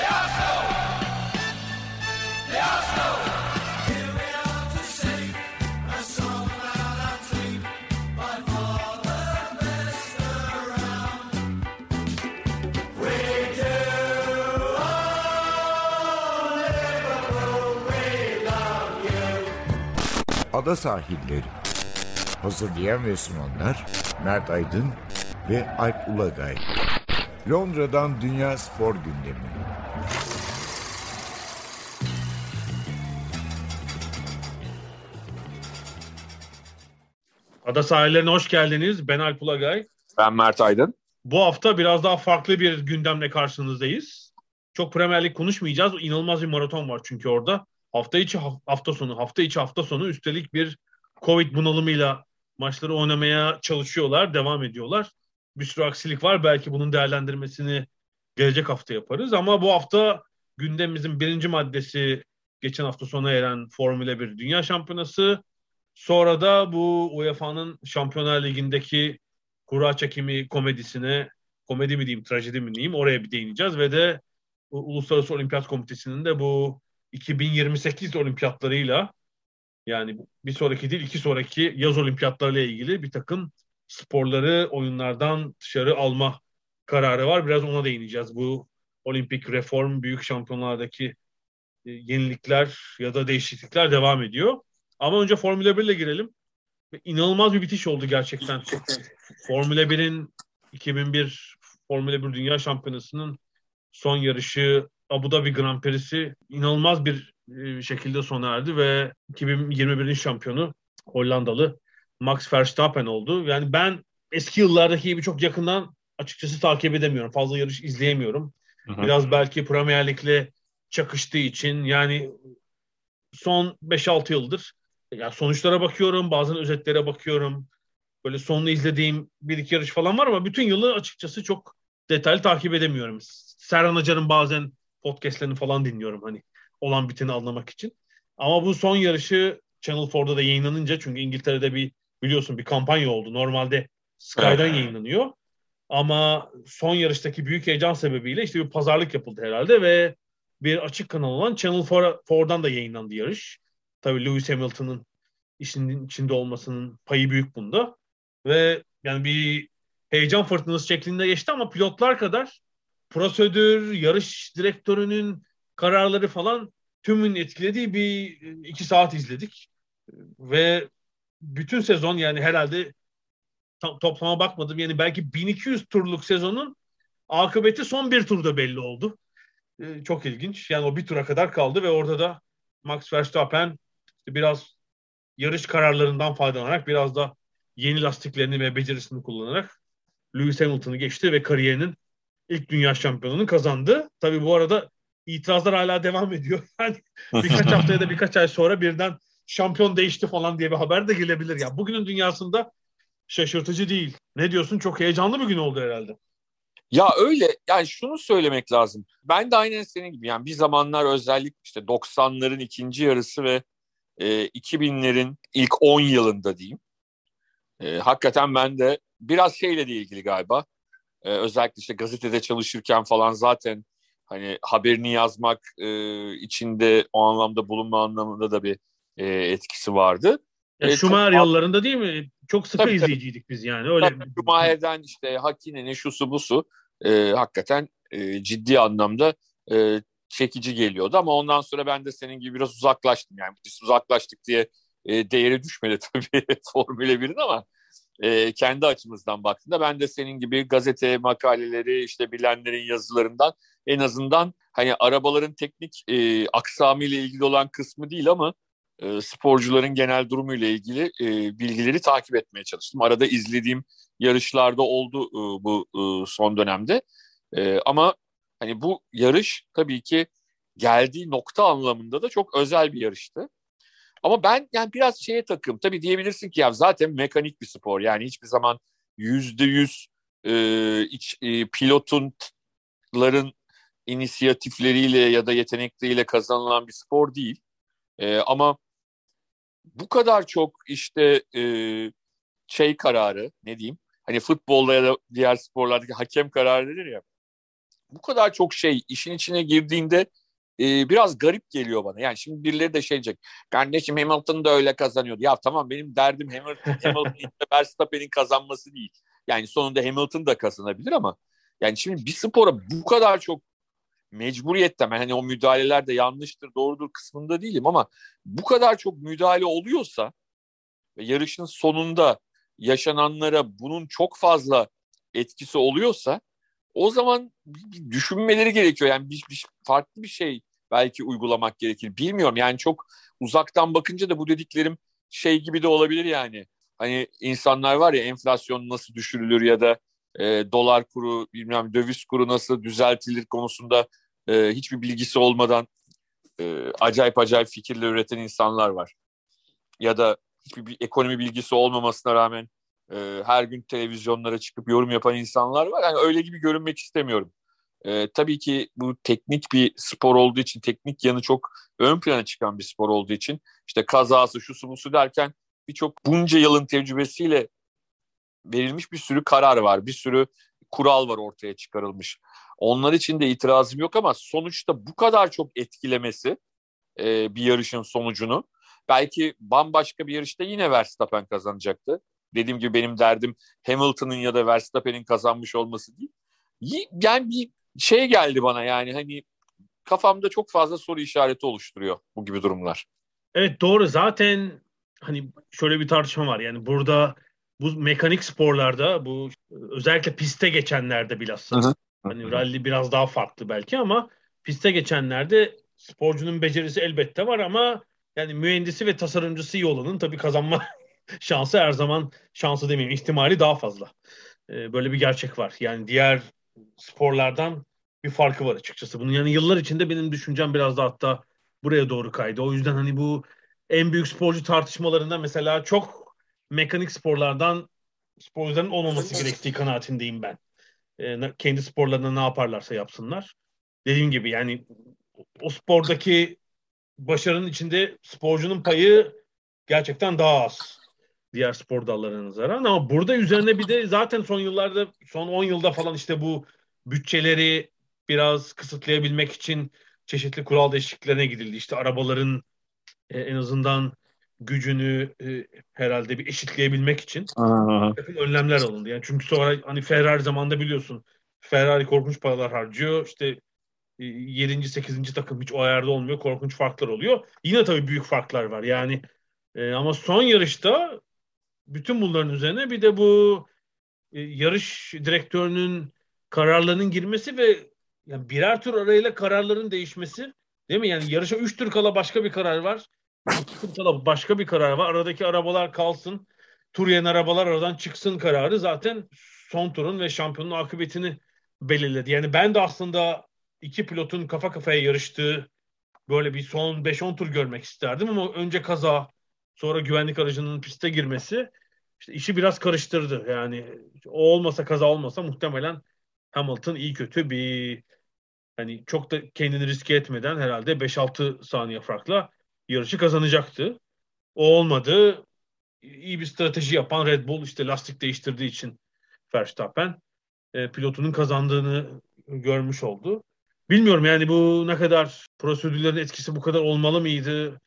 Ada Sahilleri. Hazırlayan ve sunanlar Mert Aydın ve Alp Ulagay. Londra'dan Dünya Spor Gündemi. Ada Sahillerine hoş geldiniz. Ben Alp Ulagay. Ben Mert Aydın. Bu hafta biraz daha farklı bir gündemle karşınızdayız. Çok Premier Lig konuşmayacağız. İnanılmaz bir maraton var çünkü orada. Hafta içi hafta sonu, hafta içi hafta sonu üstelik bir Covid bunalımıyla maçları oynamaya çalışıyorlar, devam ediyorlar. Bir sürü aksilik var. Belki bunun değerlendirmesini gelecek hafta yaparız. Ama bu hafta gündemimizin birinci maddesi geçen hafta sona eren Formula 1 Dünya Şampiyonası. Sonra da bu UEFA'nın Şampiyonlar Ligi'ndeki kura çekimi komedisine, komedi mi diyeyim, trajedi mi diyeyim, oraya bir değineceğiz. Ve de Uluslararası Olimpiyat Komitesi'nin de bu 2028 olimpiyatlarıyla, yani bir sonraki değil iki sonraki yaz olimpiyatlarıyla ilgili bir takım sporları oyunlardan dışarı alma kararı var. Biraz ona değineceğiz. Bu olimpik reform, büyük şampiyonlardaki yenilikler ya da değişiklikler devam ediyor. Ama önce Formula 1 ile girelim. İnanılmaz bir bitiş oldu gerçekten. Formula 1'in 2001 Formula 1 Dünya Şampiyonası'nın son yarışı Abu Dhabi Grand Prix'si inanılmaz bir şekilde sona erdi ve 2021'in şampiyonu Hollandalı Max Verstappen oldu. Yani ben eski yıllardaki gibi çok yakından açıkçası takip edemiyorum. Fazla yarış izleyemiyorum. Hı-hı. Biraz belki Premier Lig'le çakıştığı için, yani son 5-6 yıldır ya sonuçlara bakıyorum, bazen özetlere bakıyorum. Böyle sonunu izlediğim bir iki yarış falan var ama bütün yılı açıkçası çok detaylı takip edemiyorum. Serhan Acar'ın bazen podcastlerini falan dinliyorum hani olan biteni anlamak için. Ama bu son yarışı Channel 4'da da yayınlanınca, çünkü İngiltere'de biliyorsun bir kampanya oldu. Normalde Sky'dan yayınlanıyor. Ama son yarıştaki büyük heyecan sebebiyle işte bir pazarlık yapıldı herhalde ve bir açık kanal olan Channel 4'dan da yayınlandı yarış. Tabii Lewis Hamilton'ın işin içinde olmasının payı büyük bunda. Ve yani bir heyecan fırtınası şeklinde geçti ama pilotlar kadar prosedür, yarış direktörünün kararları falan tümünün etkilediği bir 2 saat izledik. Ve bütün sezon, yani herhalde toplama bakmadım, yani belki 1200 turluk sezonun akıbeti son bir turda belli oldu. Çok ilginç. Yani o bir tura kadar kaldı ve orada da Max Verstappen biraz yarış kararlarından faydalanarak, biraz da yeni lastiklerini ve becerisini kullanarak Lewis Hamilton'ı geçti ve kariyerinin ilk dünya şampiyonluğunu kazandı. Tabii bu arada itirazlar hala devam ediyor. Yani birkaç hafta ya da birkaç ay sonra birden şampiyon değişti falan diye bir haber de gelebilir. Ya bugünün dünyasında şaşırtıcı değil. Ne diyorsun? Çok heyecanlı bir gün oldu herhalde. Ya öyle, yani şunu söylemek lazım. Ben de aynen senin gibi, yani bir zamanlar özellikle işte 90'ların ikinci yarısı ve 2000'lerin ilk 10 yılında diyeyim. Hakikaten ben de biraz şeyle de ilgili galiba. Özellikle işte gazetede çalışırken falan zaten hani haberini yazmak içinde o anlamda bulunma anlamında da bir etkisi vardı. Schumacher yıllarında değil mi? Çok sıkı tabii, izleyiciydik biz yani. Öyle. Schumacher'den işte Hakkinen şusu busu hakikaten ciddi anlamda çekici geliyordu ama ondan sonra ben de senin gibi biraz uzaklaştım. Yani biz uzaklaştık diye değeri düşmedi tabii Formula 1'in ama kendi açımızdan baktığında ben de senin gibi gazete makaleleri, işte bilenlerin yazılarından en azından hani arabaların teknik aksamıyla ilgili olan kısmı değil ama sporcuların genel durumuyla ilgili bilgileri takip etmeye çalıştım. Arada izlediğim yarışlarda oldu bu son dönemde. Ama hani bu yarış tabii ki geldiği nokta anlamında da çok özel bir yarıştı. Ama ben yani biraz şeye takım. Tabii diyebilirsin ki ya zaten mekanik bir spor. Yani hiçbir zaman %100 pilotların inisiyatifleriyle ya da yetenekleriyle kazanılan bir spor değil. Ama bu kadar çok işte kararı, ne diyeyim, hani futbolda ya da diğer sporlardaki hakem kararı denir ya, bu kadar çok şey işin içine girdiğinde biraz garip geliyor bana. Yani şimdi birileri de şey diyecek. Kardeşim Hamilton da öyle kazanıyordu. Ya tamam, benim derdim Hamilton'ın Verstappen'in kazanması değil. Yani sonunda Hamilton da kazanabilir ama yani şimdi bir spora bu kadar çok mecburiyetten, ben hani o müdahaleler de yanlıştır doğrudur kısmında değilim ama bu kadar çok müdahale oluyorsa ve yarışın sonunda yaşananlara bunun çok fazla etkisi oluyorsa o zaman bir düşünmeleri gerekiyor. Yani farklı bir şey belki uygulamak gerekir. Bilmiyorum yani, çok uzaktan bakınca da bu dediklerim şey gibi de olabilir yani. Hani insanlar var ya, enflasyon nasıl düşürülür ya da dolar kuru, bilmem döviz kuru nasıl düzeltilir konusunda hiçbir bilgisi olmadan acayip acayip fikirler üreten insanlar var. Ya da hiçbir ekonomi bilgisi olmamasına rağmen her gün televizyonlara çıkıp yorum yapan insanlar var. Yani öyle gibi görünmek istemiyorum. Tabii ki bu teknik bir spor olduğu için, teknik yanı çok ön plana çıkan bir spor olduğu için işte kazası, şusu busu derken birçok bunca yılın tecrübesiyle verilmiş bir sürü karar var. Bir sürü kural var ortaya çıkarılmış. Onlar için de itirazım yok ama sonuçta bu kadar çok etkilemesi bir yarışın sonucunu, belki bambaşka bir yarışta yine Verstappen kazanacaktı. Dediğim gibi benim derdim Hamilton'ın ya da Verstappen'in kazanmış olması değil. Yani bir şey geldi bana, yani hani kafamda çok fazla soru işareti oluşturuyor bu gibi durumlar. Evet, doğru. Zaten hani şöyle bir tartışma var. Yani burada bu mekanik sporlarda, bu özellikle piste geçenlerde bilhassa. Hı hı. Hani rally biraz daha farklı belki ama piste geçenlerde sporcunun becerisi elbette var ama yani mühendisi ve tasarımcısı iyi olanın tabii kazanma şansı her zaman, şansı demeyeyim, ihtimali daha fazla. Böyle bir gerçek var. Yani diğer sporlardan bir farkı var açıkçası. Bunun yani yıllar içinde benim düşüncem biraz da hatta buraya doğru kaydı. O yüzden hani bu en büyük sporcu tartışmalarında mesela çok mekanik sporlardan sporcuların olmaması gerektiği kanaatindeyim ben. Kendi sporlarında ne yaparlarsa yapsınlar. Dediğim gibi yani o spordaki başarının içinde sporcunun payı gerçekten daha az diğer spor dallarına nazaran. Ama burada üzerine bir de zaten son yıllarda, son 10 yılda falan işte bu bütçeleri biraz kısıtlayabilmek için çeşitli kural değişikliklerine gidildi. İşte arabaların en azından gücünü herhalde bir eşitleyebilmek için Hı. takım önlemler alındı. Yani çünkü sonra hani Ferrari zamanında biliyorsun, Ferrari korkunç paralar harcıyor. İşte 7. 8. takım hiç o ayarda olmuyor. Korkunç farklar oluyor. Yine tabii büyük farklar var. Yani ama son yarışta bütün bunların üzerine bir de bu yarış direktörünün kararlarının girmesi ve yani birer tur arayla kararların değişmesi, değil mi? Yani yarışa 3 tur kala başka bir karar var. 2 tur kala başka bir karar var. Aradaki arabalar kalsın. Tur yeni arabalar aradan çıksın kararı zaten son turun ve şampiyonun akıbetini belirledi. Yani ben de aslında iki pilotun kafa kafaya yarıştığı böyle bir son 5-10 tur görmek isterdim ama önce kaza, sonra güvenlik aracının piste girmesi işte işi biraz karıştırdı. Yani o olmasa, kaza olmasa muhtemelen Hamilton iyi kötü bir, hani çok da kendini riske etmeden herhalde 5-6 saniye farkla yarışı kazanacaktı. O olmadı. İyi bir strateji yapan Red Bull işte lastik değiştirdiği için Verstappen pilotunun kazandığını görmüş oldu. Bilmiyorum yani bu ne kadar, prosedürlerin etkisi bu kadar olmalı mıydı?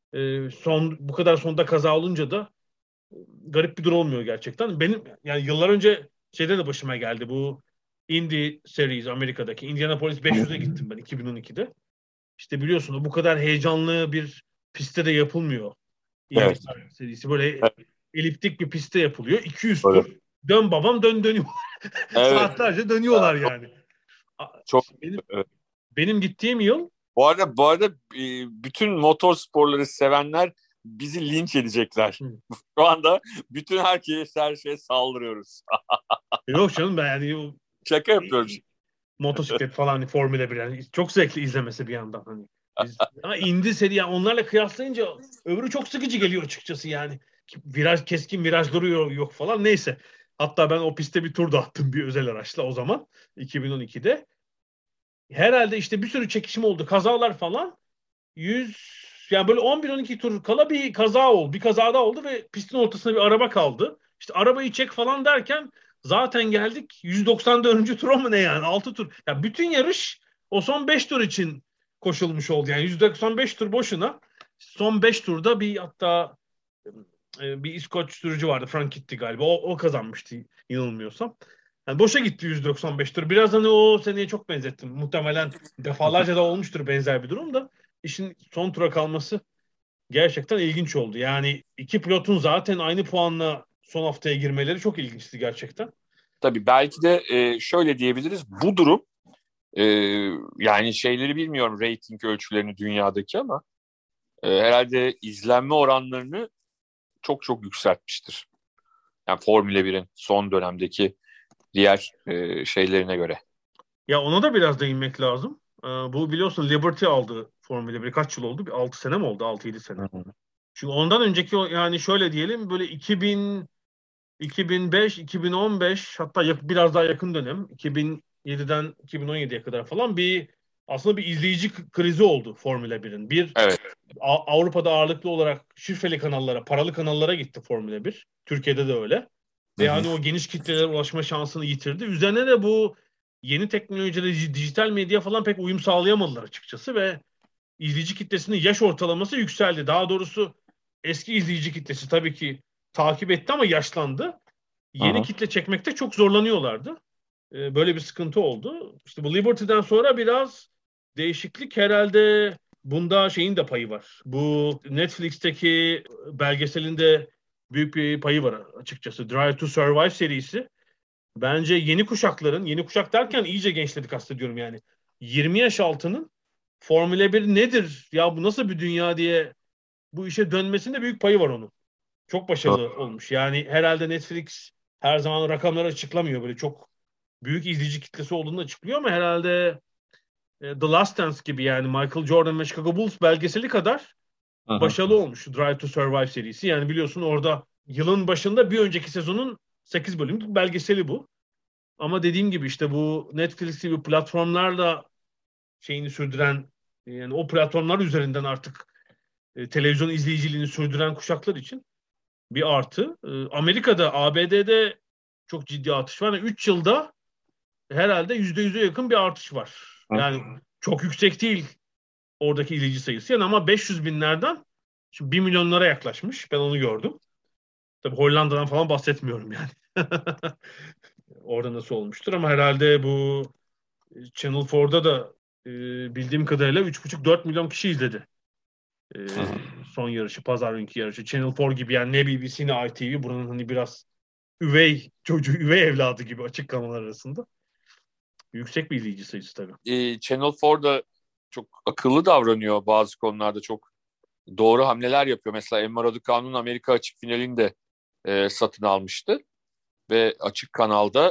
Son bu kadar sonda kaza olunca da garip bir durum olmuyor gerçekten. Benim yani yıllar önce şeyde de başıma geldi. Bu Indy Series, Amerika'daki Indianapolis 500'e gittim ben 2012'de. İşte biliyorsun bu kadar heyecanlı bir pistte de yapılmıyor. Indy Evet. serisi böyle Evet. eliptik bir pistte yapılıyor. 200 Öyle. tur. Dön babam dön dönüyor. Evet. Saatlerce dönüyorlar yani. Çok Benim, evet. benim gittiğim yıl Bu arada bütün motor sporları sevenler bizi linç edecekler. Şu anda bütün her şeye saldırıyoruz. yok canım, ben yani Şaka yapıyorum. motosiklet falan hani Formula 1 yani çok zevkli izlemesi bir yandan hani. Ama Indy seri yani onlarla kıyaslayınca öbürü çok sıkıcı geliyor açıkçası yani. Viraj, keskin virajları yok falan, neyse. Hatta ben o pistte bir tur da attım bir özel araçla o zaman 2012'de. Herhalde işte bir sürü çekişme oldu, kazalar falan. 100 yani böyle 11-12 tur kala bir kaza oldu. Bir kaza daha oldu ve pistin ortasında bir araba kaldı. İşte arabayı çek falan derken Zaten geldik 194. tura mı ne yani? 6 tur. Ya bütün yarış o son 5 tur için koşulmuş oldu. Yani 195 tur boşuna. Son 5 turda bir hatta bir İskoç sürücü vardı. Frank Kitty galiba. O kazanmıştı yanılmıyorsam. Yani boşa gitti 195 tur. Biraz hani o seneye çok benzettim. Muhtemelen defalarca da olmuştur benzer bir durum da. İşin son tura kalması gerçekten ilginç oldu. Yani iki pilotun zaten aynı puanla son haftaya girmeleri çok ilginçti gerçekten. Tabii belki de şöyle diyebiliriz. Bu durum yani şeyleri bilmiyorum, reyting ölçülerini dünyadaki, ama herhalde izlenme oranlarını çok çok yükseltmiştir. Yani Formula 1'in son dönemdeki diğer şeylerine göre. Ya ona da biraz değinmek lazım. Bu biliyorsun Liberty aldı Formula 1. Kaç yıl oldu? 6 sene mi oldu? 6-7 sene. Çünkü ondan önceki yani şöyle diyelim böyle 2000, 2005, 2015 hatta biraz daha yakın dönem 2007'den 2017'ye kadar falan aslında bir izleyici krizi oldu Formula 1'in. Evet. Avrupa'da ağırlıklı olarak şifreli kanallara, paralı kanallara gitti Formula 1. Türkiye'de de öyle. Ve yani o geniş kitlelere ulaşma şansını yitirdi. Üzerine de bu yeni teknolojileri, dijital medya falan pek uyum sağlayamadılar açıkçası ve izleyici kitlesinin yaş ortalaması yükseldi. Daha doğrusu eski izleyici kitlesi tabii ki takip etti ama yaşlandı. Yeni kitle çekmekte çok zorlanıyorlardı. Böyle bir sıkıntı oldu. İşte bu Liberty'den sonra biraz değişiklik herhalde bunda şeyin de payı var. Bu Netflix'teki belgeselin de büyük bir payı var açıkçası. Drive to Survive serisi. Bence yeni kuşak derken iyice gençleri kastediyorum yani. 20 yaş altının Formula 1 nedir? Ya bu nasıl bir dünya diye bu işe dönmesinde büyük payı var onun. Çok başarılı olmuş. Yani herhalde Netflix her zaman rakamları açıklamıyor. Böyle çok büyük izleyici kitlesi olduğunu açıklıyor ama herhalde The Last Dance gibi yani Michael Jordan ve Chicago Bulls belgeseli kadar başarılı olmuş Drive to Survive serisi. Yani biliyorsun orada yılın başında bir önceki sezonun 8 bölümlük belgeseli bu. Ama dediğim gibi işte bu Netflix gibi platformlarla şeyini sürdüren yani o platformlar üzerinden artık televizyon izleyiciliğini sürdüren kuşaklar için bir artı. Amerika'da, ABD'de çok ciddi artış var. Yani 3 yılda herhalde %100'e yakın bir artış var. Yani çok yüksek değil oradaki izleyici sayısı. Yani ama 500 binlerden şimdi 1 milyonlara yaklaşmış. Ben onu gördüm. Tabii Hollanda'dan falan bahsetmiyorum yani. Orada nasıl olmuştur ama herhalde bu Channel 4'da da bildiğim kadarıyla 3,5-4 milyon kişi izledi. Son yarışı, pazar günkü yarışı. Channel 4 gibi yani ne BBC ne ITV buranın hani biraz üvey çocuğu, üvey evladı gibi açık kanallar arasında. Yüksek bir izleyici sayısı tabii. Channel 4'da çok akıllı davranıyor bazı konularda, çok doğru hamleler yapıyor. Mesela Emma Raducanu'nun Amerika açık finalini de satın almıştı. Ve açık kanalda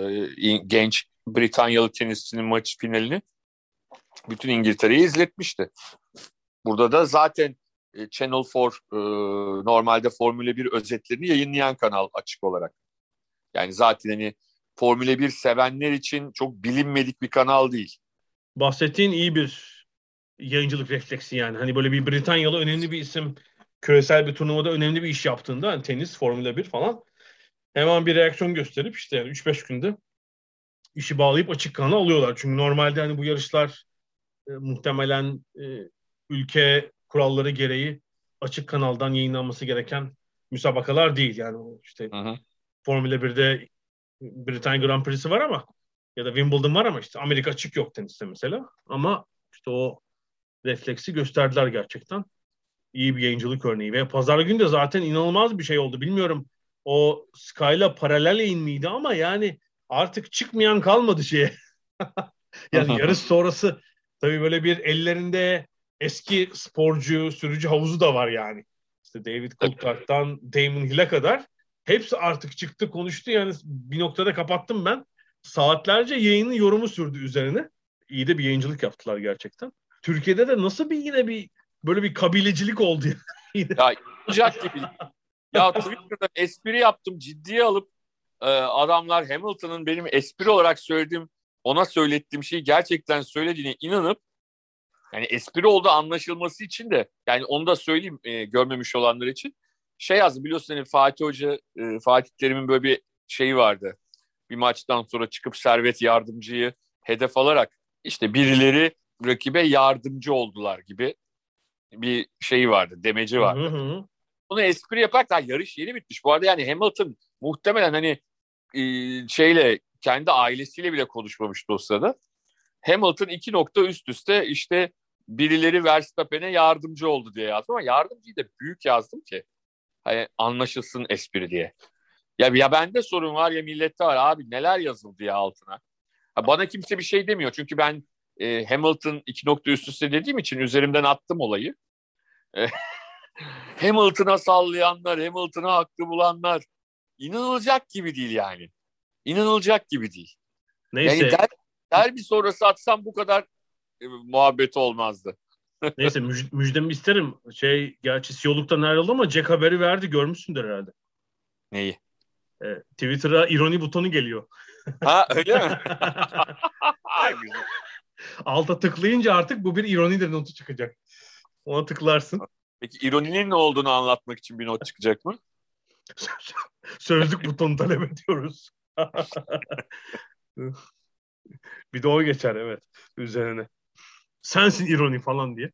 genç Britanyalı tenisçinin maç finalini bütün İngiltere'yi izletmişti. Burada da zaten Channel 4 normalde Formula 1 özetlerini yayınlayan kanal açık olarak. Yani zaten hani Formula 1 sevenler için çok bilinmedik bir kanal değil. Bahsettiğin iyi bir yayıncılık refleksi yani. Hani böyle bir Britanyalı önemli bir isim küresel bir turnuvada önemli bir iş yaptığında hani tenis, Formula 1 falan hemen bir reaksiyon gösterip işte yani 3-5 günde işi bağlayıp açık kanala alıyorlar. Çünkü normalde hani bu yarışlar muhtemelen ülke kuralları gereği açık kanaldan yayınlanması gereken müsabakalar değil. Yani işte Formula 1'de Britanya Grand Prix'si var ama ya da Wimbledon var ama işte Amerika açık yok teniste mesela. Ama işte o refleksi gösterdiler gerçekten. İyi bir yayıncılık örneği. Ve pazar günü de zaten inanılmaz bir şey oldu. Bilmiyorum o Sky'la paralel yayın mıydı ama yani artık çıkmayan kalmadı şeye. Yani yarış sonrası tabii böyle bir ellerinde eski sporcu, sürücü havuzu da var yani. İşte David Coulthard'dan Damon Hill'e kadar hepsi artık çıktı konuştu yani bir noktada kapattım ben. Saatlerce yayının yorumu sürdü üzerine. İyi de bir yayıncılık yaptılar gerçekten. Türkiye'de de nasıl yine bir böyle bir kabilecilik oldu yani. Ya olacak gibi. Ya Twitter'da espri yaptım, ciddiye alıp adamlar Hamilton'ın benim espri olarak ona söylettiğim şeyi gerçekten söylediğine inanıp yani espri olduğu anlaşılması için de yani onu da söyleyeyim görmemiş olanlar için. Şey yazdı biliyorsun hani Fatih Terim'in böyle bir şeyi vardı. bir maçtan sonra çıkıp Servet Yardımcı'yı hedef alarak işte birileri rakibe yardımcı oldular gibi bir şey vardı, demeci vardı. Hı hı. Onu espri yaparak daha yarış yeni bitmiş. Bu arada yani Hamilton muhtemelen hani şeyle kendi ailesiyle bile konuşmamıştı o sırada. Hamilton 2 nokta üst üste işte birileri Verstappen'e yardımcı oldu diye yazdım ama yardımcıyı da büyük yazdım ki hani anlaşılsın espri diye. Ya bende sorun var ya millette var abi neler yazıldı ya altına. Ha, bana kimse bir şey demiyor çünkü ben Hamilton 2 nokta üst üste dediğim için üzerimden attım olayı. Hamilton'a sallayanlar, Hamilton'a haklı bulanlar inanılacak gibi değil yani. İnanılacak gibi değil. Neyse. Yani derbi sonrası atsam bu kadar muhabbeti olmazdı. Neyse müjdemi isterim. Gerçi CEO'luktan ayrıldı ama Jack haberi verdi. Görmüşsündür herhalde. Neyi? Twitter'a ironi butonu geliyor. Ha öyle mi? Güzel. Alta tıklayınca artık bu bir ironidir notu çıkacak. Ona tıklarsın. Peki ironinin ne olduğunu anlatmak için bir not çıkacak mı? Sözlük butonu talep ediyoruz. Bir de o geçer evet üzerine. Sensin ironi falan diye.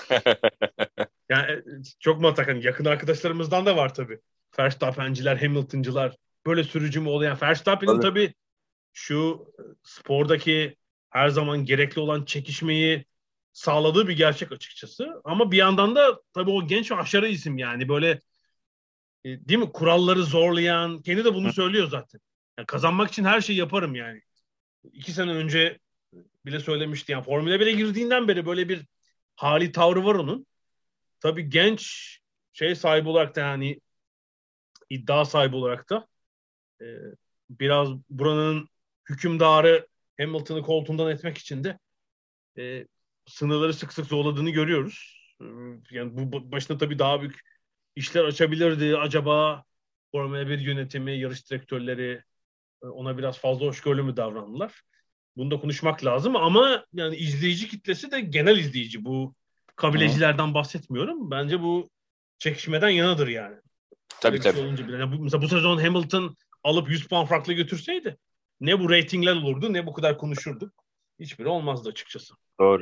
Yani çok matak hani yakın arkadaşlarımızdan da var tabii. Verstappen'ciler, Hamilton'cılar böyle sürücü mü oluyor? Yani Verstappen'in tabii şu spordaki her zaman gerekli olan çekişmeyi sağladığı bir gerçek açıkçası. Ama bir yandan da tabii o genç ve aşırı isim yani böyle değil mi? Kuralları zorlayan, kendi de bunu söylüyor zaten. Yani kazanmak için her şeyi yaparım yani. 2 sene önce bile söylemişti yani Formula 1'e girdiğinden beri böyle bir hali tavrı var onun. Tabii genç sahibi olarak da yani iddia sahibi olarak da e, biraz buranın hükümdarı Hamilton'ı koltuğundan etmek için de sınırları sık sık zorladığını görüyoruz. Yani bu başına tabii daha büyük işler açabilirdi. Acaba Formula 1 yönetimi, yarış direktörleri ona biraz fazla hoşgörülü mü davrandılar? Bunu da konuşmak lazım ama yani izleyici kitlesi de genel izleyici. Bu kabilecilerden bahsetmiyorum. Bence bu çekişmeden yanadır yani. Tabii tabii. Yani mesela bu sezon Hamilton alıp 100 puan farklı götürseydi ne bu reytingler olurdu ne bu kadar konuşurduk. Hiçbiri olmazdı açıkçası. Doğru.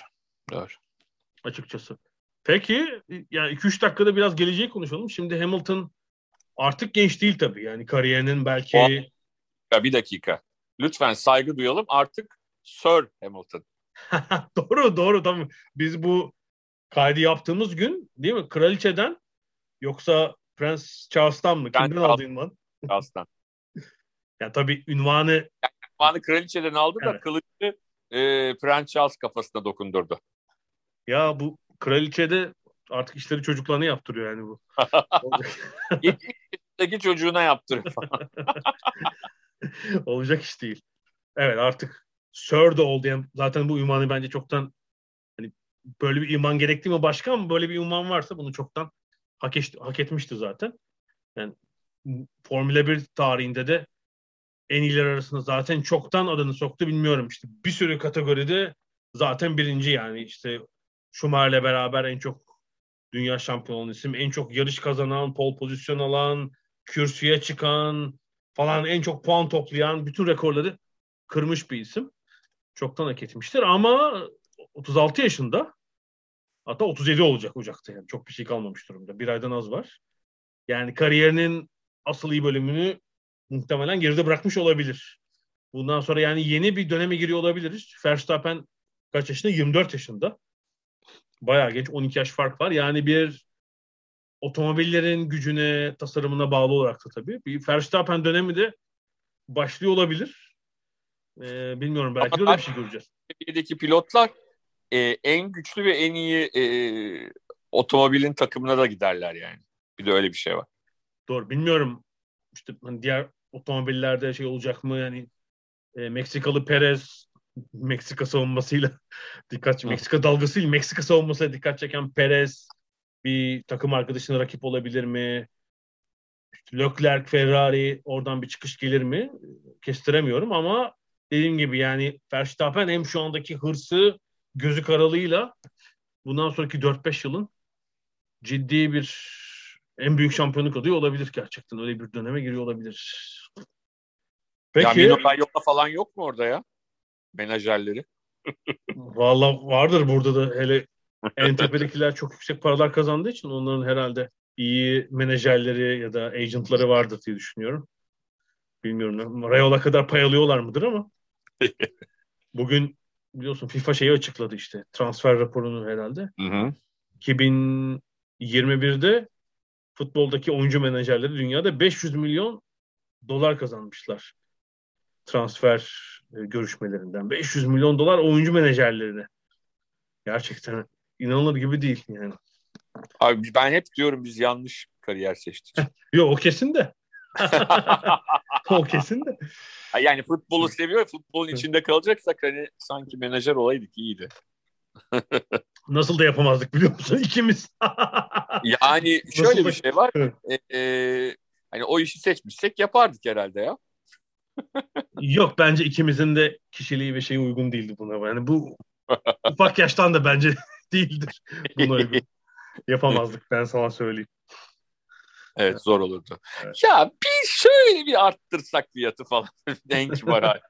Açıkçası. Peki yani 2-3 dakikada biraz geleceği konuşalım. Şimdi Hamilton artık genç değil tabii. Yani kariyerinin belki... Bir dakika. Lütfen saygı duyalım. Artık Sir Hamilton. Doğru tamam. Biz bu kaydı yaptığımız gün değil mi? Kraliçeden yoksa Prens Charles'tan mı? Kimden aldı ünvan? Charles'tan. Yani tabii ünvanı kraliçeden aldı da evet. Kılıcı Prens Charles kafasına dokundurdu. Ya bu kraliçede artık işleri çocuklarına yaptırıyor yani bu. 70'deki çocuğuna yaptırıyor falan. Olacak iş değil. Evet artık Sir de oldu. Yani zaten bu ünvanı bence çoktan hani böyle bir ünvan gerekti mi başka ama böyle bir ünvan varsa bunu çoktan hak etmişti zaten. Yani Formula 1 tarihinde de en iyiler arasında zaten çoktan adını soktu bilmiyorum işte. Bir sürü kategoride zaten birinci yani işte Schumacher'le beraber en çok dünya şampiyonu isim, en çok yarış kazanan, pole pozisyon alan, kürsüye çıkan falan en çok puan toplayan bütün rekorları kırmış bir isim. Çoktan hak etmiştir ama 36 yaşında hatta 37 olacak Ocak'ta yani çok bir şey kalmamış durumda. Bir aydan az var. Yani kariyerinin asıl iyi bölümünü muhtemelen geride bırakmış olabilir. Bundan sonra yani yeni bir döneme giriyor olabiliriz. Verstappen kaç yaşında? 24 yaşında. Bayağı genç. 12 yaş fark var. Yani bir otomobillerin gücüne, tasarımına bağlı olarak da tabii. Bir Verstappen dönemi de başlıyor olabilir. Bilmiyorum. Belki de öyle bir şey göreceğiz. Türkiye'deki pilotlar en güçlü ve en iyi otomobilin takımına da giderler yani. Bir de öyle bir şey var. Doğru. Bilmiyorum. İşte hani diğer otomobillerde olacak mı? Yani Meksikalı Perez Meksika savunmasıyla Meksika dalgasıyla Meksika savunmasıyla dikkat çeken Perez bir takım arkadaşına rakip olabilir mi? İşte Leclerc, Ferrari oradan bir çıkış gelir mi? Kestiremiyorum ama dediğim gibi yani Verstappen hem şu andaki hırsı gözü karalığıyla bundan sonraki 4-5 yılın ciddi bir en büyük şampiyonluk adayı olabilir gerçekten. Öyle bir döneme giriyor olabilir. Ya Peki. Mino Raiola falan yok mu orada ya? Menajerleri. Valla vardır burada da, hele en tepedekiler çok yüksek paralar kazandığı için onların herhalde iyi menajerleri ya da agentları vardır diye düşünüyorum. Bilmiyorum. Rayola kadar pay alıyorlar mıdır ama bugün biliyorsun FIFA şeyi açıkladı işte. Transfer raporunu herhalde. Hı hı. 2021'de futboldaki oyuncu menajerleri dünyada 500 milyon dolar kazanmışlar. Transfer görüşmelerinden. 500 milyon dolar oyuncu menajerlerine. Gerçekten inanılır gibi değil yani. Abi ben hep diyorum biz yanlış kariyer seçtik. Yok, o kesin de. O kesin de. Yani futbolu seviyor, futbolun içinde kalacaksak hani sanki menajer olaydık iyiydi. Nasıl da yapamazdık biliyor musun? İkimiz. Yani Nasıl şöyle da... bir şey var. Hani o işi seçmişsek yapardık herhalde ya. Yok, bence ikimizin de kişiliği ve şeyi uygun değildi buna. Yani bu ufak yaştan da bence değildir buna uygun. Yapamazdık, ben sana söyleyeyim. Evet, zor olurdu. Evet. Ya bir şöyle bir arttırsak fiyatı falan. En kibar hali.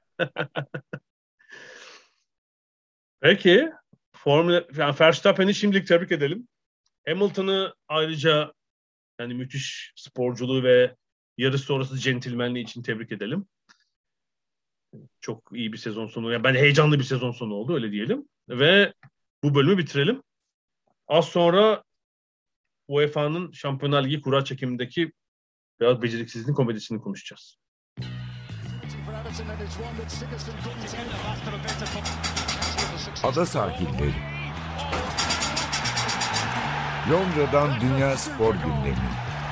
Peki. Yani Verstappen'i şimdilik tebrik edelim. Hamilton'ı ayrıca yani müthiş sporculuğu ve yarış sonrası centilmenliği için tebrik edelim. Çok iyi bir sezon sonu. Yani ben heyecanlı bir sezon sonu oldu, öyle diyelim. Ve bu bölümü bitirelim. Az sonra UEFA'nın Şampiyonlar Ligi kura çekimindeki biraz beceriksizliğin komedisini konuşacağız. Ada sahilleri. Londra'dan Dünya Spor Gündemi.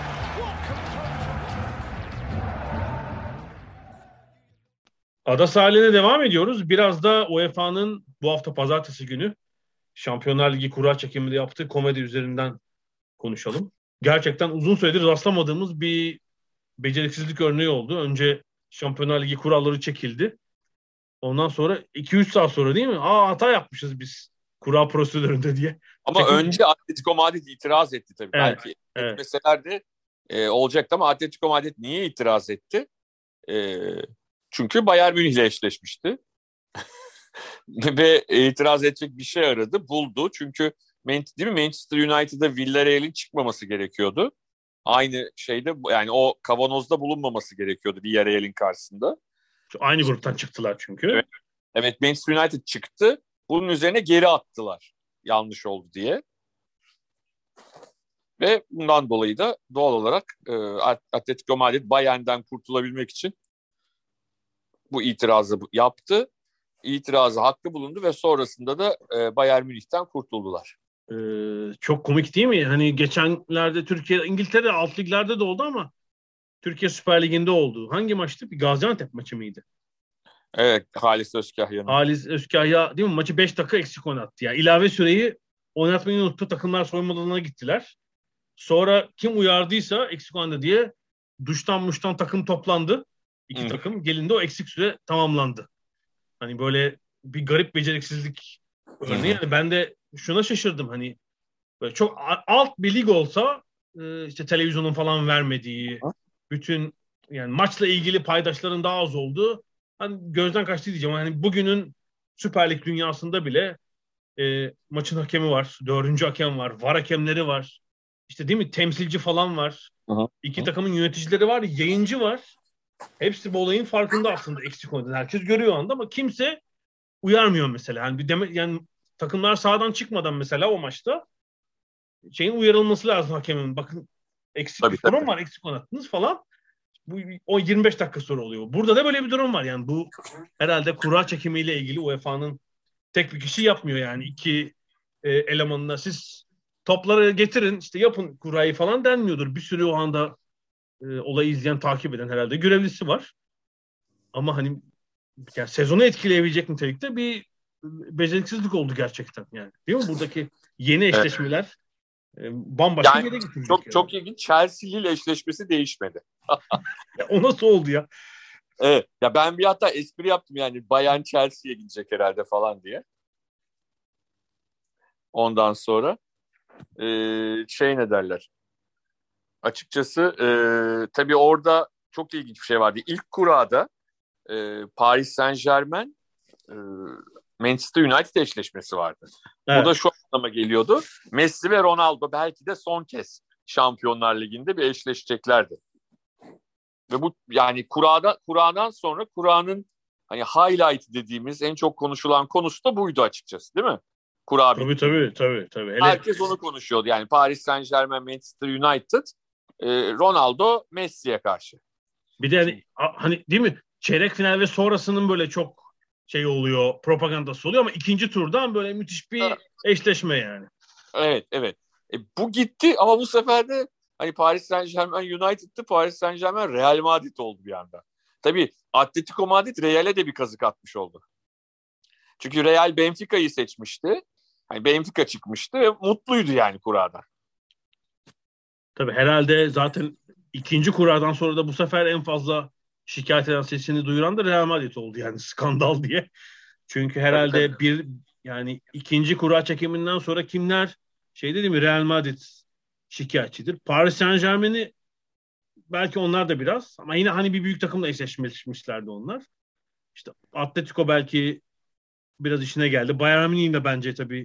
Ada sahiline devam ediyoruz. Biraz da UEFA'nın bu hafta pazartesi günü Şampiyonlar Ligi kura çekiminde yaptığı komedi üzerinden konuşalım. Gerçekten uzun süredir rastlamadığımız bir beceriksizlik örneği oldu. Önce Şampiyonlar Ligi kuralları çekildi. Ondan sonra 2-3 saat sonra değil mi? Hata yapmışız biz kura prosedüründe diye. Ama önce Atletico Madrid itiraz etti tabii. Evet, Belki evet. etmeselerdi olacaktı ama Atletico Madrid niye itiraz etti? Çünkü Bayern Münih ile eşleşmişti. Ve itiraz edecek bir şey aradı. Buldu. Çünkü değil mi, Manchester United'da Villarreal'in çıkmaması gerekiyordu. Aynı şeyde, yani o kavanozda bulunmaması gerekiyordu Villarreal'in karşısında. Aynı gruptan çıktılar çünkü. Evet. Evet, Manchester United çıktı. Bunun üzerine geri attılar. Yanlış oldu diye. Ve bundan dolayı da doğal olarak Atletico Madrid Bayern'den kurtulabilmek için bu itirazı yaptı. İtirazı haklı bulundu ve sonrasında da Bayern Münih'ten kurtuldular. Çok komik değil mi? Hani geçenlerde Türkiye, İngiltere alt liglerde de oldu ama Türkiye Süper Ligi'nde oldu. Hangi maçtı? Bir Gaziantep maçı mıydı? Evet, Halis Özkahya'nın. Halis Özkahya değil mi? Maçı 5 dakika eksik oynattı. Yani ilave süreyi oynatmayı unuttu. Takımlar soyunma alanına gittiler. Sonra kim uyardıysa eksik oynadı diye duştan takım toplandı. İki takım. Gelindi, o eksik süre tamamlandı. Hani böyle bir garip beceriksizlik örneği. Yani ben de şuna şaşırdım. Hani böyle çok alt bir lig olsa işte televizyonun falan vermediği, bütün yani maçla ilgili paydaşların daha az olduğu, hani gözden kaçtı diyeceğim. Hani bugünün Süper Lig dünyasında bile maçın hakemi var, dördüncü hakem var, VAR hakemleri var. İşte değil mi? Temsilci falan var. İki takımın yöneticileri var, yayıncı var. Hepsi bu olayın farkında aslında, eksik oynadı. Herkes görüyor o anda ama kimse uyarmıyor mesela. Yani takımlar sahadan çıkmadan mesela o maçta şeyin uyarılması lazım, hakemin. Bakın eksik bir durum var, eksik oynattınız falan. Bu o 25 dakika sonra oluyor. Burada da böyle bir durum var. Yani bu herhalde kura çekimiyle ilgili UEFA'nın tek bir kişi yapmıyor yani. İki elemanına siz topları getirin, işte yapın kurayı falan denmiyordur. Bir sürü o anda olayı izleyen, takip eden herhalde görevlisi var. Ama hani yani sezonu etkileyebilecek nitelikte bir beceriksizlik oldu gerçekten yani. Değil mi? Buradaki yeni eşleşmeler bambaşka yani bir yere getirecek. Çok ilginç. Chelsea ile eşleşmesi değişmedi. Ya o nasıl oldu ya? Evet. Ya ben bir hatta espri yaptım, yani Bayern Chelsea'ye gidecek herhalde falan diye. Ondan sonra ne derler? Açıkçası tabii orada çok ilginç bir şey vardı. İlk kurada Paris Saint-Germain Manchester United eşleşmesi vardı. Evet. Bu da şu anlama geliyordu. Messi ve Ronaldo belki de son kez Şampiyonlar Ligi'nde bir eşleşeceklerdi. Ve bu yani Kura'dan sonra Kura'nın hani highlight dediğimiz en çok konuşulan konusu da buydu açıkçası, değil mi? Kura bitti. Tabii. Herkes onu konuşuyordu. Yani Paris Saint-Germain, Manchester United, Ronaldo, Messi'ye karşı. Bir de hani değil mi? Çeyrek final ve sonrasının böyle çok şey oluyor, propagandası oluyor ama ikinci turdan böyle müthiş bir eşleşme yani. Evet. Bu gitti ama bu sefer de hani Paris Saint-Germain United'tı, Paris Saint-Germain Real Madrid oldu bir anda. Tabii Atletico Madrid Real'e de bir kazık atmış oldu. Çünkü Real Benfica'yı seçmişti. Hani Benfica çıkmıştı ve mutluydu yani kurada. Tabii herhalde zaten ikinci kuradan sonra da bu sefer en fazla şikayet eden, sesini duyuran da Real Madrid oldu yani, skandal diye. Çünkü herhalde tabii. yani ikinci kura çekiminden sonra kimler değil mi, Real Madrid şikayetçidir. Paris Saint-Germain'i belki onlar da biraz, ama yine hani bir büyük takımla eşleşmişlerdi onlar. İşte Atletico belki biraz işine geldi. Bayern Münih'in de bence tabii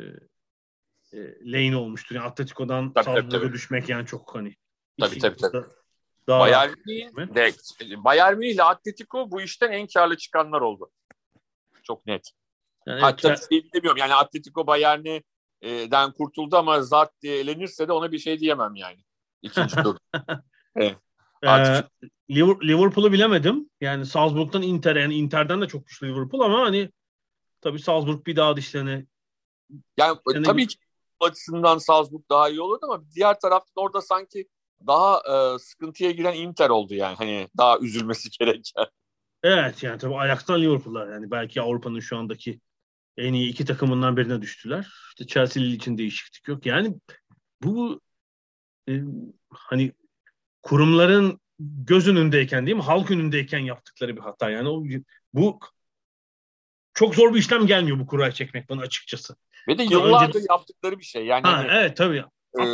lane olmuştur. Yani Atletico'dan Salzburg'a düşmek yani çok hani. Tabii. Daha Bayern Münih ile Atletico bu işten en karlı çıkanlar oldu. Çok net. Yani hatta demiyorum yani Atletico Bayern'den kurtuldu ama zart diye elenirse de ona bir şey diyemem yani. İkinci tur. Evet. Liverpool'u bilemedim. Yani Salzburg'dan Inter'e, yani Inter'den de çok güçlü Liverpool ama hani tabii Salzburg bir daha dişlerine. Yani tabii ki açısından Salzburg daha iyi olurdu ama diğer taraftan orada sanki daha sıkıntıya giren Inter oldu yani. Hani daha üzülmesi gereken. Evet yani tabii ayaktan Liverpool'lar yani belki Avrupa'nın şu andaki en iyi iki takımından birine düştüler. İşte Chelsea'li için değişiklik yok. Yani bu hani kurumların göz önündeyken değil mi? Halk önündeyken yaptıkları bir hata. Yani bu çok zor bir işlem gelmiyor bu kurayı çekmek bana açıkçası. Ve de yıllardır yaptıkları bir şey. Yani evet tabii.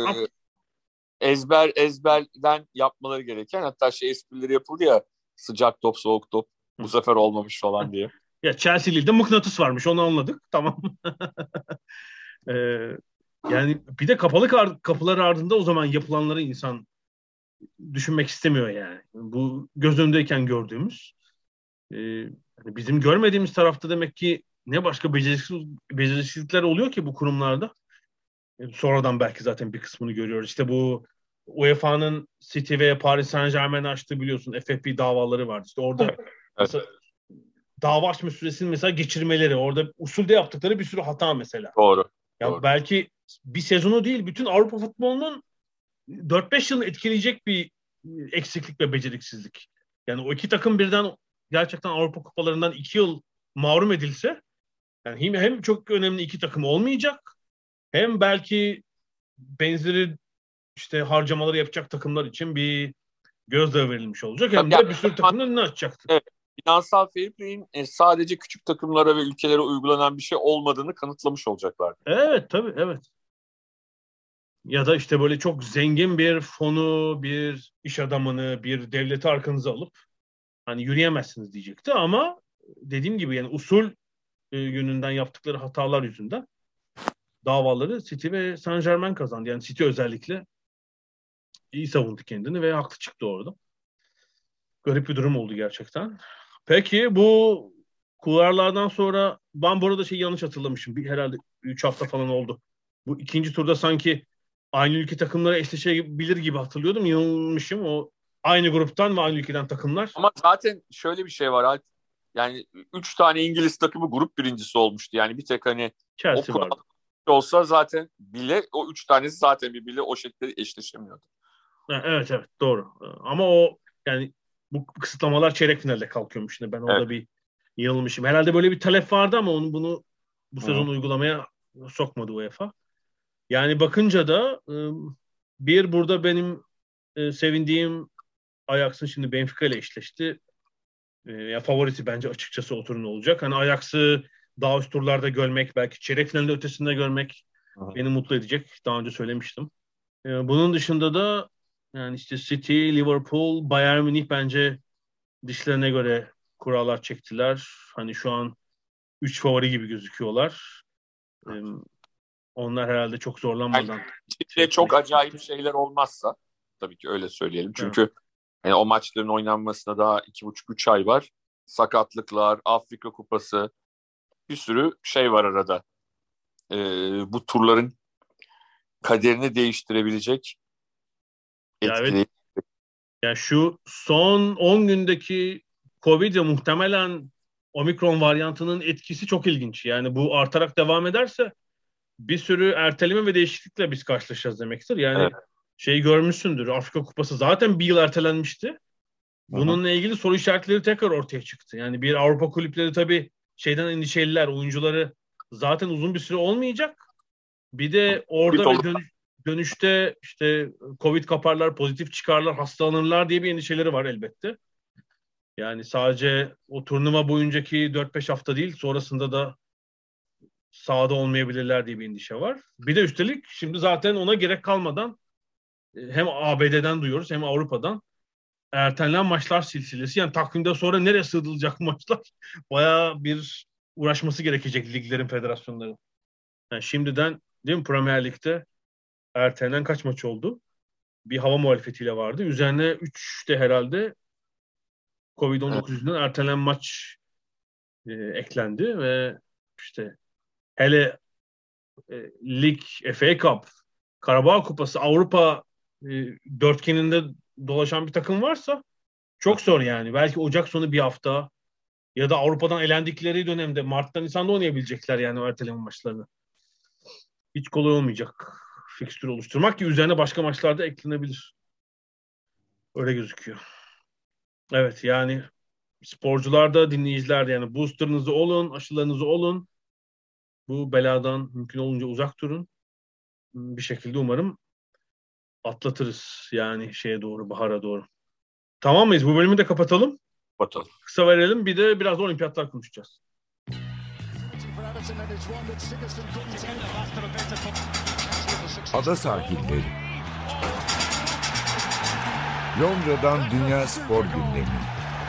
Ezberden yapmaları gereken, hatta esprileri yapıldı ya, sıcak top soğuk top bu sefer olmamış falan diye. Ya Chelsea'li mıknatıs varmış, onu anladık. Tamam. Yani bir de kapalı kapılar ardında o zaman yapılanları insan düşünmek istemiyor yani. Bu göz önündeyken gördüğümüz. Bizim görmediğimiz tarafta demek ki ne başka beceriksizlikler oluyor ki bu kurumlarda. Sonradan belki zaten bir kısmını görüyoruz. İşte bu UEFA'nın City ve Paris Saint-Germain'e açtığı biliyorsun FFP davaları vardı. İşte orada mesela dava açma süresini mesela geçirmeleri, orada usulde yaptıkları bir sürü hata mesela. Doğru. Belki bir sezonu değil, bütün Avrupa futbolunun 4-5 yılını etkileyecek bir eksiklik ve beceriksizlik. Yani o iki takım birden gerçekten Avrupa kupalarından 2 yıl mahrum edilse, yani hem çok önemli iki takım olmayacak, hem belki benzeri harcamaları yapacak takımlar için bir gözdağı verilmiş olacak. Hem de bir sürü takımın önünü açacaktır. Evet. Finansal fair play'in sadece küçük takımlara ve ülkelere uygulanan bir şey olmadığını kanıtlamış olacaklar. Evet tabii, evet. Ya da böyle çok zengin bir fonu, bir iş adamını, bir devleti arkanıza alıp hani yürüyemezsiniz diyecekti ama dediğim gibi yani usul yönünden yaptıkları hatalar yüzünden davaları City ve Saint-Germain kazandı. Yani City özellikle iyi savundu kendini ve haklı çıktı orada. Garip bir durum oldu gerçekten. Peki bu kulvarlardan sonra ben bu arada yanlış hatırlamışım. Herhalde 3 hafta falan oldu. Bu ikinci turda sanki aynı ülke takımları eşleşebilir gibi hatırlıyordum. Yanılmışım. O aynı gruptan ve aynı ülkeden takımlar. Ama zaten şöyle bir şey var Alp. Yani 3 tane İngiliz takımı grup birincisi olmuştu. Yani bir tek hani Chelsea vardı. Olsa zaten bile o 3 tanesi zaten birbiriyle o şekilde eşleşemiyordu. Evet doğru. Ama o yani bu kısıtlamalar çeyrek finalde kalkıyormuş. Şimdi ben orada bir yanılmışım. Herhalde böyle bir talep vardı ama bunu bu sezon uygulamaya sokmadı UEFA. Yani bakınca da bir burada benim sevindiğim Ajax'ın şimdi Benfica ile eşleşti. Ya favorisi bence açıkçası o turun olacak. Hani Ajax'ı daha üst turlarda görmek, belki çeyrek finalde ötesinde görmek beni mutlu edecek. Daha önce söylemiştim. Bunun dışında da yani City, Liverpool, Bayern Münih bence dişlerine göre kurallar çektiler. Hani şu an 3 favori gibi gözüküyorlar. Onlar herhalde çok zorlanmadan. Yani çok acayip şeyler olmazsa tabii ki öyle söyleyelim. Çünkü Evet. yani o maçların oynanmasına daha 2,5-3 ay var. Sakatlıklar, Afrika Kupası, bir sürü şey var arada. Bu turların kaderini değiştirebilecek Ya evet. etkileri. Ya şu son 10 gündeki Covid ve muhtemelen Omikron varyantının etkisi çok ilginç. Yani bu artarak devam ederse bir sürü erteleme ve değişiklikle biz karşılaşacağız demektir. Yani Evet. şeyi görmüşsündür. Afrika Kupası zaten bir yıl ertelenmişti. Hı-hı. Bununla ilgili soru işaretleri tekrar ortaya çıktı. Yani bir Avrupa kulüpleri tabii şeyden endişeliler. Oyuncuları zaten uzun bir süre olmayacak. Bir de orada ve dönüşte işte Covid kaparlar, pozitif çıkarlar, hastalanırlar diye bir endişeleri var elbette. Yani sadece o turnuva boyuncaki 4-5 hafta değil, sonrasında da sahada olmayabilirler diye bir endişe var. Bir de üstelik şimdi zaten ona gerek kalmadan hem ABD'den duyuyoruz hem Avrupa'dan ertelenen maçlar silsilesi. Yani takvimde sonra nereye sığdırılacak maçlar? Bayağı bir uğraşması gerekecek liglerin, federasyonların. Yani şimdiden değil mi Premier Lig'de ertelenen kaç maç oldu? Bir hava muhalefetiyle vardı. Üzerine 3 de herhalde Evet. Covid-19 yüzünden ertelenen maç eklendi ve işte hele lig, FA Cup, Karabağ Kupası, Avrupa e, dörtgeninde dolaşan bir takım varsa çok zor yani. Belki Ocak sonu bir hafta ya da Avrupa'dan elendikleri dönemde Mart'ta Nisan'da oynayabilecekler yani o erteleme maçlarını. Hiç kolay olmayacak fikstür oluşturmak ki üzerine başka maçlar da eklenebilir. Öyle gözüküyor. Evet yani sporcular da dinleyiciler de yani booster'ınızı olun, aşılarınızı olun. Bu beladan mümkün olunca uzak durun. Bir şekilde umarım atlatırız yani şeye doğru, bahara doğru. Tamam mıyız? Bu bölümü de kapatalım. Bakalım. Kısa verelim. Bir de biraz da olimpiyatlar konuşacağız. Ada sahilleri. Londra'dan Dünya Spor Gündemi.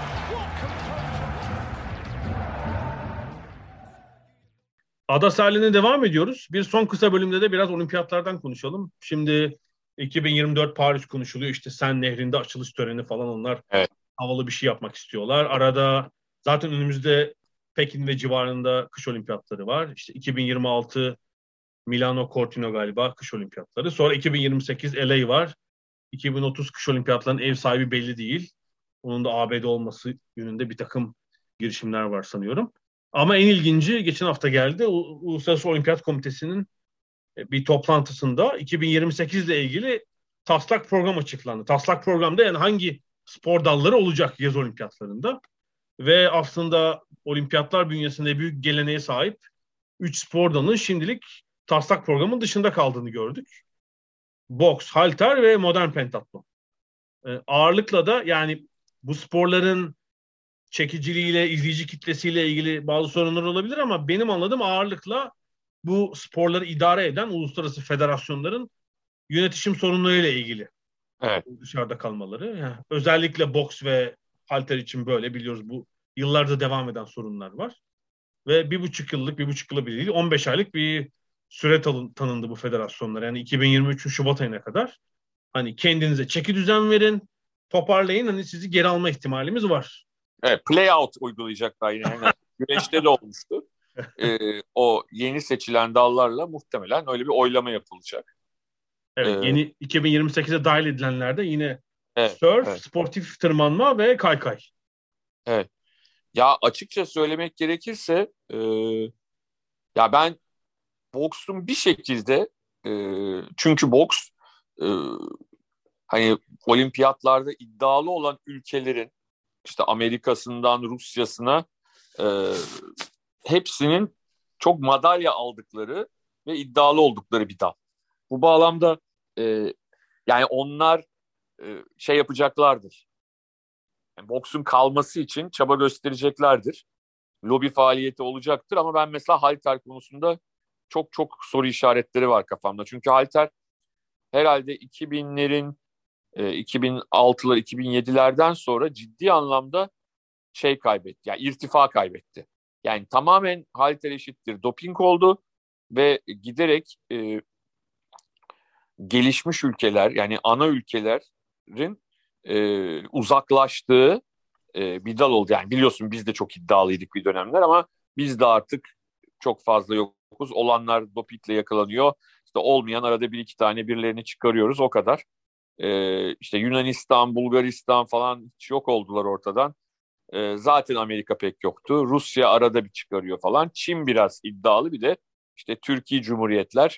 Ada sahiline devam ediyoruz. Bir son kısa bölümde de biraz olimpiyatlardan konuşalım. Şimdi 2024 Paris konuşuluyor. İşte Sen Nehri'nde açılış töreni falan onlar Evet. havalı bir şey yapmak istiyorlar. Arada zaten önümüzde Pekin ve civarında kış olimpiyatları var. İşte 2026 Milano Cortina galiba kış olimpiyatları. Sonra 2028 LA var. 2030 kış olimpiyatlarının ev sahibi belli değil. Onun da ABD olması yönünde bir takım girişimler var sanıyorum. Ama en ilginci geçen hafta geldi. Uluslararası Olimpiyat Komitesi'nin bir toplantısında 2028 ile ilgili taslak program açıklandı. Taslak programda yani hangi spor dalları olacak yaz olimpiyatlarında. Ve aslında olimpiyatlar bünyesinde büyük geleneğe sahip 3 spor dalının şimdilik taslak programın dışında kaldığını gördük. Boks, halter ve modern pentatlon. Ağırlıkla da yani bu sporların çekiciliğiyle, izleyici kitlesiyle ilgili bazı sorunlar olabilir ama benim anladığım ağırlıkla bu sporları idare eden uluslararası federasyonların yönetişim sorunlarıyla ilgili Evet. dışarıda kalmaları. Yani özellikle boks ve halter için böyle biliyoruz bu yıllardır devam eden sorunlar var. Ve 1,5 yıla bir değil 15 aylık bir süre tanındı bu federasyonlara. Yani 2023'ün Şubat ayına kadar hani kendinize çeki düzen verin, toparlayın hani sizi geri alma ihtimalimiz var. Evet, play out uygulayacaklar yine. Yani güreşte de olmuştu. O yeni seçilen dallarla muhtemelen öyle bir oylama yapılacak. Evet, yeni 2028'e dahil edilenler de yine Evet, surf, evet. sportif tırmanma ve kaykay. Evet. Ya açıkça söylemek gerekirse ya ben boksun bir şekilde çünkü boks e, hani olimpiyatlarda iddialı olan ülkelerin işte Amerika'sından Rusya'sına hepsinin çok madalya aldıkları ve iddialı oldukları bir dal. Bu bağlamda yani onlar şey yapacaklardır. Yani boksun kalması için çaba göstereceklerdir. Lobi faaliyeti olacaktır ama ben mesela halter konusunda çok çok soru işaretleri var kafamda. Çünkü halter herhalde 2000'lerin 2006'lar 2007'lerden sonra ciddi anlamda şey kaybetti. Yani irtifa kaybetti. Yani tamamen halter eşittir doping oldu ve giderek gelişmiş ülkeler, yani ana ülkelerin uzaklaştığı bir dal oldu. Yani biliyorsun biz de çok iddialıydık bir dönemler ama biz de artık çok fazla yokuz. Olanlar dopingle yakalanıyor. İşte olmayan arada bir iki tane birilerini çıkarıyoruz, o kadar. İşte Yunanistan, Bulgaristan falan hiç yok oldular ortadan. Zaten Amerika pek yoktu. Rusya arada bir çıkarıyor falan. Çin biraz iddialı, bir de işte Türkiye Cumhuriyetler,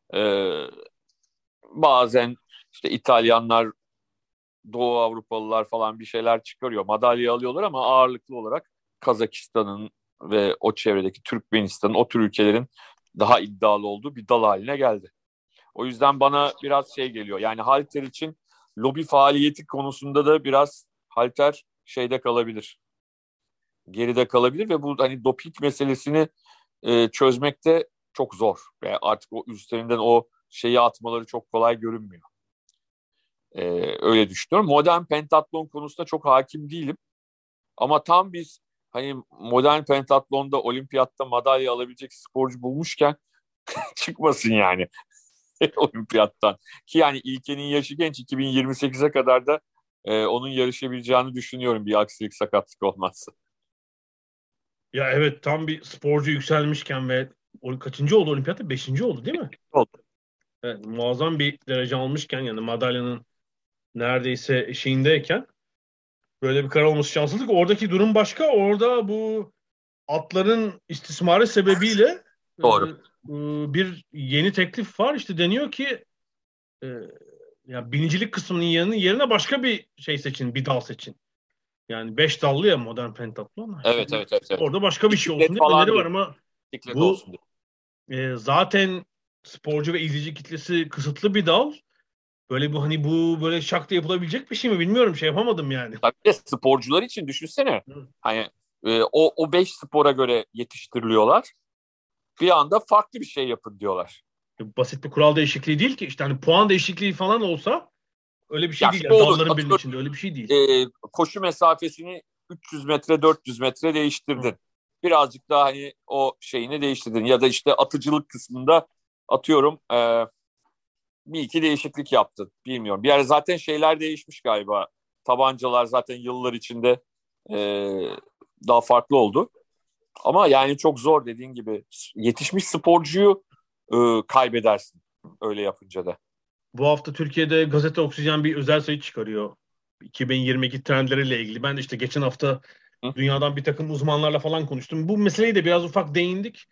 bazen işte İtalyanlar, Doğu Avrupalılar falan bir şeyler çıkarıyor. Madalya alıyorlar ama ağırlıklı olarak Kazakistan'ın ve o çevredeki Türkmenistan'ın, o tür ülkelerin daha iddialı olduğu bir dal haline geldi. O yüzden bana biraz şey geliyor. Yani halter için lobi faaliyeti konusunda da biraz halter şeyde kalabilir. Geride kalabilir ve bu hani doping meselesini çözmekte çok zor. Ve artık o üstlerinden o şeyi atmaları çok kolay görünmüyor. Öyle düşünüyorum. Modern pentatlon konusunda çok hakim değilim. Ama tam biz hani modern pentatlonda olimpiyatta madalya alabilecek sporcu bulmuşken çıkmasın yani olimpiyattan. Ki yani İlke'nin yaşı genç, 2028'e kadar da onun yarışabileceğini düşünüyorum, bir aksilik sakatlık olmazsa. Ya evet, tam bir sporcu yükselmişken ve kaçıncı oldu olimpiyatta? Beşinci oldu değil mi? Oldu. Evet, muazzam bir derece almışken, yani madalyanın neredeyse eşiğindeyken böyle bir karar olması şanssızlık. Oradaki durum başka. Orada bu atların istismarı sebebiyle Doğru. bir yeni teklif var. İşte deniyor ki e, ya binicilik kısmının yerine başka bir şey seçin, bir dal seçin. Yani 5 dallı ya modern pentatlon. Evet, evet, evet, evet. Orada başka bir şey olsun Bisiklet diye falan öneri var değil. ama Bisiklet bu olsun diye. zaten sporcu ve izleyici kitlesi kısıtlı bir dal. Böyle bu hani bu böyle şak diye yapılabilecek bir şey mi bilmiyorum, şey yapamadım yani. Tabii de sporcular için düşünsene. Hı. Hani o 5 spora göre yetiştiriliyorlar. Bir anda farklı bir şey yapın diyorlar. Basit bir kural değişikliği değil ki, işte hani puan değişikliği falan olsa öyle bir şey Ya değil. şimdi Yani olur. dalların birinin Atıyorum, içinde öyle bir şey değil. koşu mesafesini 300 metre 400 metre değiştirdin. Hı. Birazcık daha hani o şeyini değiştirdin. Ya da işte atıcılık kısmında atıyorum bir iki değişiklik yaptın. Bilmiyorum. Bir ara zaten şeyler değişmiş galiba. Tabancalar zaten yıllar içinde e, daha farklı oldu. Ama yani çok zor, dediğin gibi. Yetişmiş sporcuyu kaybedersin öyle yapınca da. Bu hafta Türkiye'de Gazete Oksijen bir özel sayı çıkarıyor. 2022 trendleriyle ilgili. Ben de işte geçen hafta Hı? dünyadan bir takım uzmanlarla falan konuştum. Bu meseleyi de biraz ufak değindik.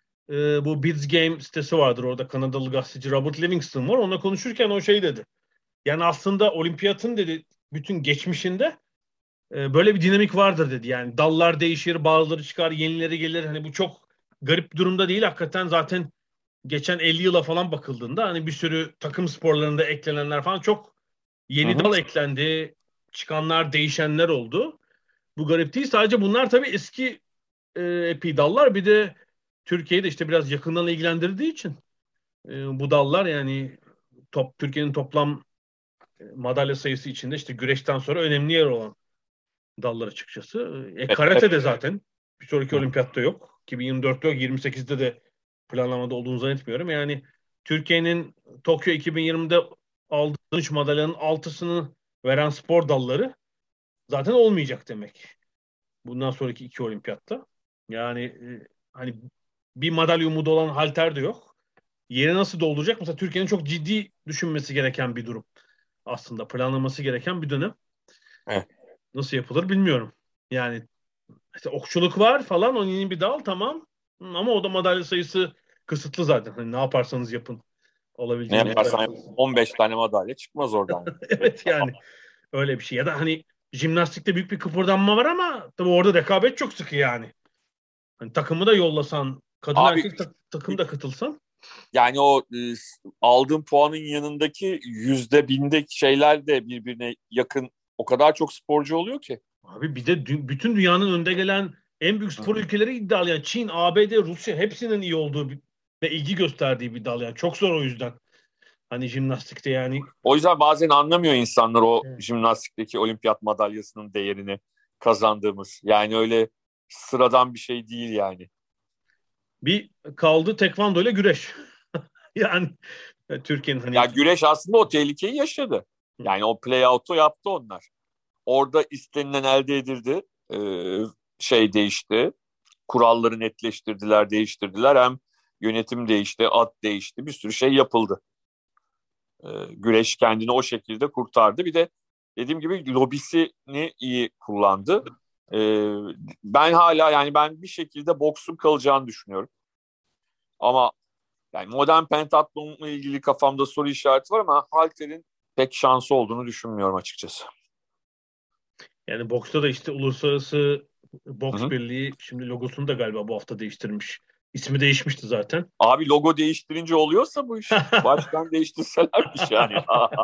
Bu Bids Game sitesi vardır. Orada Kanadalı gazeteci Robert Livingston var. Onunla konuşurken o şey dedi. Yani aslında olimpiyatın dedi bütün geçmişinde böyle bir dinamik vardır dedi. Yani dallar değişir, bazıları çıkar, yenileri gelir. Hani bu çok garip bir durumda değil. Hakikaten zaten geçen 50 yıla falan bakıldığında hani bir sürü takım sporlarında eklenenler falan çok Hı yeni hı. dal eklendi. Çıkanlar, değişenler oldu. Bu garip değil. Sadece bunlar tabii eski epey dallar. Bir de Türkiye'yi de işte biraz yakından ilgilendirdiği için bu dallar yani Türkiye'nin toplam madalya sayısı içinde işte güreşten sonra önemli yer olan dallar açıkçası. Evet, Karate evet. de zaten bir sonraki Hı. olimpiyatta yok. 2024'te yok. 28'de de planlamada olduğunu zannetmiyorum. Yani Türkiye'nin Tokyo 2020'de aldığı 3 madalyanın 6'sını veren spor dalları zaten olmayacak demek. Bundan sonraki 2 olimpiyatta. Yani hani bir madalya umudu olan halter de yok. Yeri nasıl dolduracak? Mesela Türkiye'nin çok ciddi düşünmesi gereken bir durum. Aslında planlaması gereken bir dönem. Evet. Nasıl yapılır bilmiyorum. Yani işte okçuluk var falan, o yeni bir dal, tamam. Ama o da madalya sayısı kısıtlı zaten. Hani ne yaparsanız yapın Ne olabileceğiniz madalya yaparsan yap, sayısı. 15 tane madalya çıkmaz oradan. Evet yani öyle bir şey. Ya da hani jimnastikte büyük bir kıpırdanma var ama tabii orada rekabet çok sıkı yani. Hani takımı da yollasan, kadın Abi erkek takım da katılsan. yani o aldığın puanın yanındaki %1000'deki şeyler de birbirine yakın. O kadar çok sporcu oluyor ki. Abi bir de bütün dünyanın önde gelen en büyük spor ülkeleri iddialı. Yani Çin, ABD, Rusya hepsinin iyi olduğu ve ilgi gösterdiği bir dal. Yani çok zor o yüzden. Hani jimnastikte yani. O yüzden bazen anlamıyor insanlar o Evet. jimnastikteki olimpiyat madalyasının değerini. kazandığımız. Yani öyle sıradan bir şey değil yani. Bir kaldı tekvando ile güreş. Yani Türkiye'nin hani... Ya güreş aslında o tehlikeyi yaşadı. Yani o play-out'u yaptı onlar. Orada istenilen elde edildi. Şey değişti. Kuralları netleştirdiler, değiştirdiler. Hem yönetim değişti, at değişti. Bir sürü şey yapıldı. Güreş kendini o şekilde kurtardı. Bir de dediğim gibi lobisini iyi kullandı. Ben hala yani ben bir şekilde boksun kalacağını düşünüyorum. Ama yani modern pentatlonla ilgili kafamda soru işareti var ama halterin pek şansı olduğunu düşünmüyorum açıkçası. Yani boksta da işte Uluslararası Boks Hı-hı. Birliği şimdi logosunu da galiba bu hafta değiştirmiş. İsmi değişmişti zaten. Abi logo değiştirince oluyorsa bu iş. Baştan değiştirselermiş yani.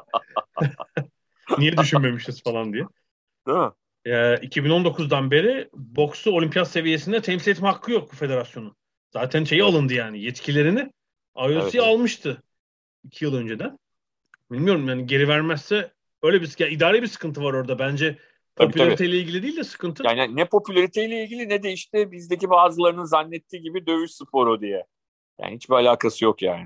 Niye düşünmemişiz falan diye. Değil mi? 2019'dan beri boksu olimpiyat seviyesinde temsil etme hakkı yok bu federasyonun. Zaten alındı yani yetkilerini IOC almıştı 2 yıl önceden. Bilmiyorum yani geri vermezse öyle bir idari bir sıkıntı var orada bence. Popülariteyle ilgili değil de sıkıntı. Yani ne popülariteyle ilgili ne de işte bizdeki bazılarının zannettiği gibi dövüş sporu diye. Yani hiçbir alakası yok yani.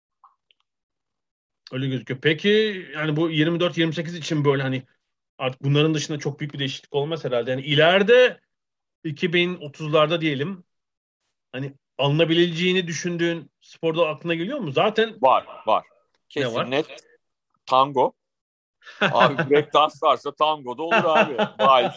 Öyle gözüküyor. Peki yani bu 24-28 için böyle hani artık bunların dışında çok büyük bir değişiklik olmaz herhalde. Yani ileride 2030'larda diyelim hani alınabileceğini düşündüğün sporda aklına geliyor mu? Zaten var. Kesin var? net tango. Abi breakdance varsa tango da olur abi. Vals.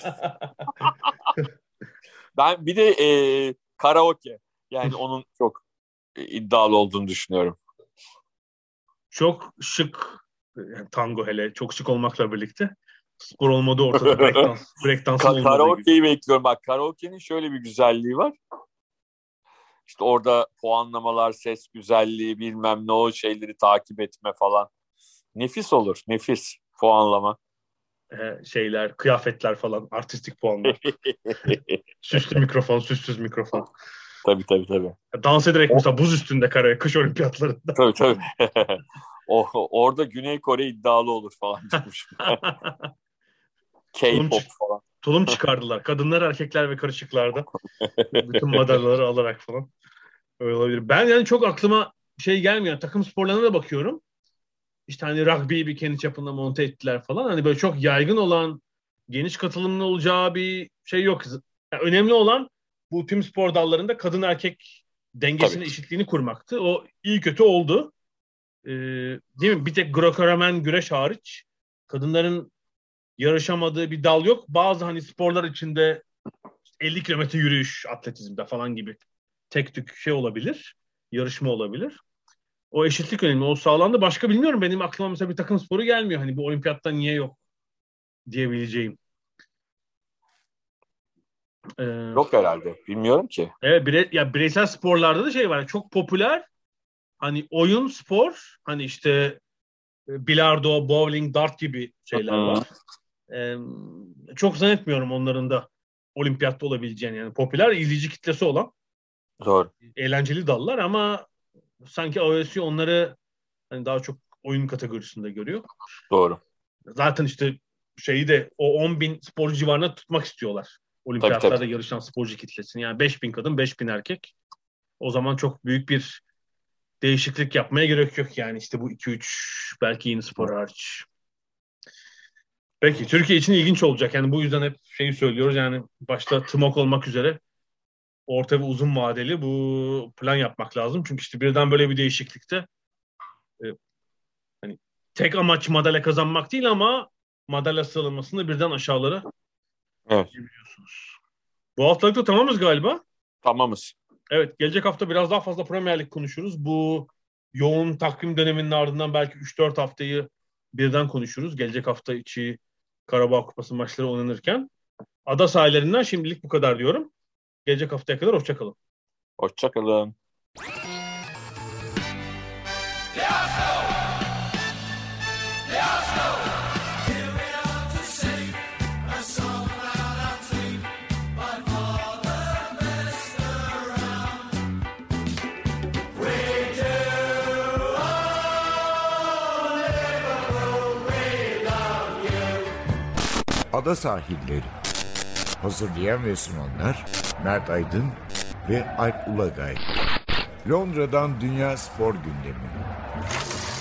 Ben bir de karaoke. Yani onun çok iddialı olduğunu düşünüyorum. Çok şık yani tango hele çok şık olmakla birlikte spor olmadığı ortada breakdance olmadığı karaoke'yi bekliyorum. Bak karaoke'nin şöyle bir güzelliği var. İşte orada puanlamalar, ses güzelliği bilmem ne o şeyleri takip etme falan. Nefis olur. Nefis puanlama. Şeyler, kıyafetler falan, artistik puanlar. Süslü mikrofon, süssüz mikrofon. Tabii. Dans ederek mesela buz üstünde kış olimpiyatlarında. Tabii. Orada Güney Kore iddialı olur falan çıkmış. K-pop falan. Tulum çıkardılar. Kadınlar, erkekler ve karışıklarda. Bütün madalyaları alarak falan. Öyle olabilir. Ben yani çok aklıma gelmiyor. Takım sporlarına da bakıyorum. İşte hani rugby'yi bir kendi çapında monte ettiler falan. Hani böyle çok yaygın olan, geniş katılımlı olacağı bir şey yok. Yani önemli olan bu tüm spor dallarında kadın erkek dengesini, eşitliğini kurmaktı. O iyi kötü oldu. Değil mi? Bir tek Greco-Romen güreş hariç kadınların yarışamadığı bir dal yok. Bazı hani sporlar içinde 50 kilometre yürüyüş, atletizmde falan gibi tek tük olabilir. Yarışma olabilir. O eşitlik önemli. O sağlandı. Başka bilmiyorum. Benim aklıma mesela bir takım sporu gelmiyor. Hani bu olimpiyatta niye yok diyebileceğim. Yok herhalde. Bilmiyorum ki. Evet, bireysel sporlarda da var. Çok popüler. Hani oyun spor. Hani işte bilardo, bowling, dart gibi şeyler var. Çok zannetmiyorum onların da olimpiyatta olabileceğini. Yani popüler, izleyici kitlesi olan. Doğru. Eğlenceli dallar ama sanki IOC onları hani daha çok oyun kategorisinde görüyor. Doğru. Zaten işte de o 10.000 sporcu civarına tutmak istiyorlar. Olimpiyatlarda yarışan sporcu kitlesini. Yani 5.000 kadın, 5.000 erkek. O zaman çok büyük bir değişiklik yapmaya gerek yok yani. İşte bu 2-3 belki yeni spor hariç. Peki Türkiye için ilginç olacak. Yani bu yüzden hep söylüyoruz. Yani başta TMOK olmak üzere orta ve uzun vadeli bu plan yapmak lazım. Çünkü işte birden böyle bir değişiklikte hani tek amaç madalya kazanmak değil ama madalya sıralamasında birden aşağılara biliyorsunuz. Bu haftalıkta tamamız galiba. Tamamız. Evet, gelecek hafta biraz daha fazla Premier Lig konuşuruz. Bu yoğun takvim döneminin ardından belki 3-4 haftayı birden konuşuruz. Gelecek hafta içi Karabağ Kupası maçları oynanırken. Ada sahillerinden şimdilik bu kadar diyorum. Gelecek haftaya kadar hoşça kalın. Hoşça kalın. Ada sahilleri. Hazırlayan ve sunanlar Mert Aydın ve Alp Ulagay. Londra'dan Dünya Spor Gündemi.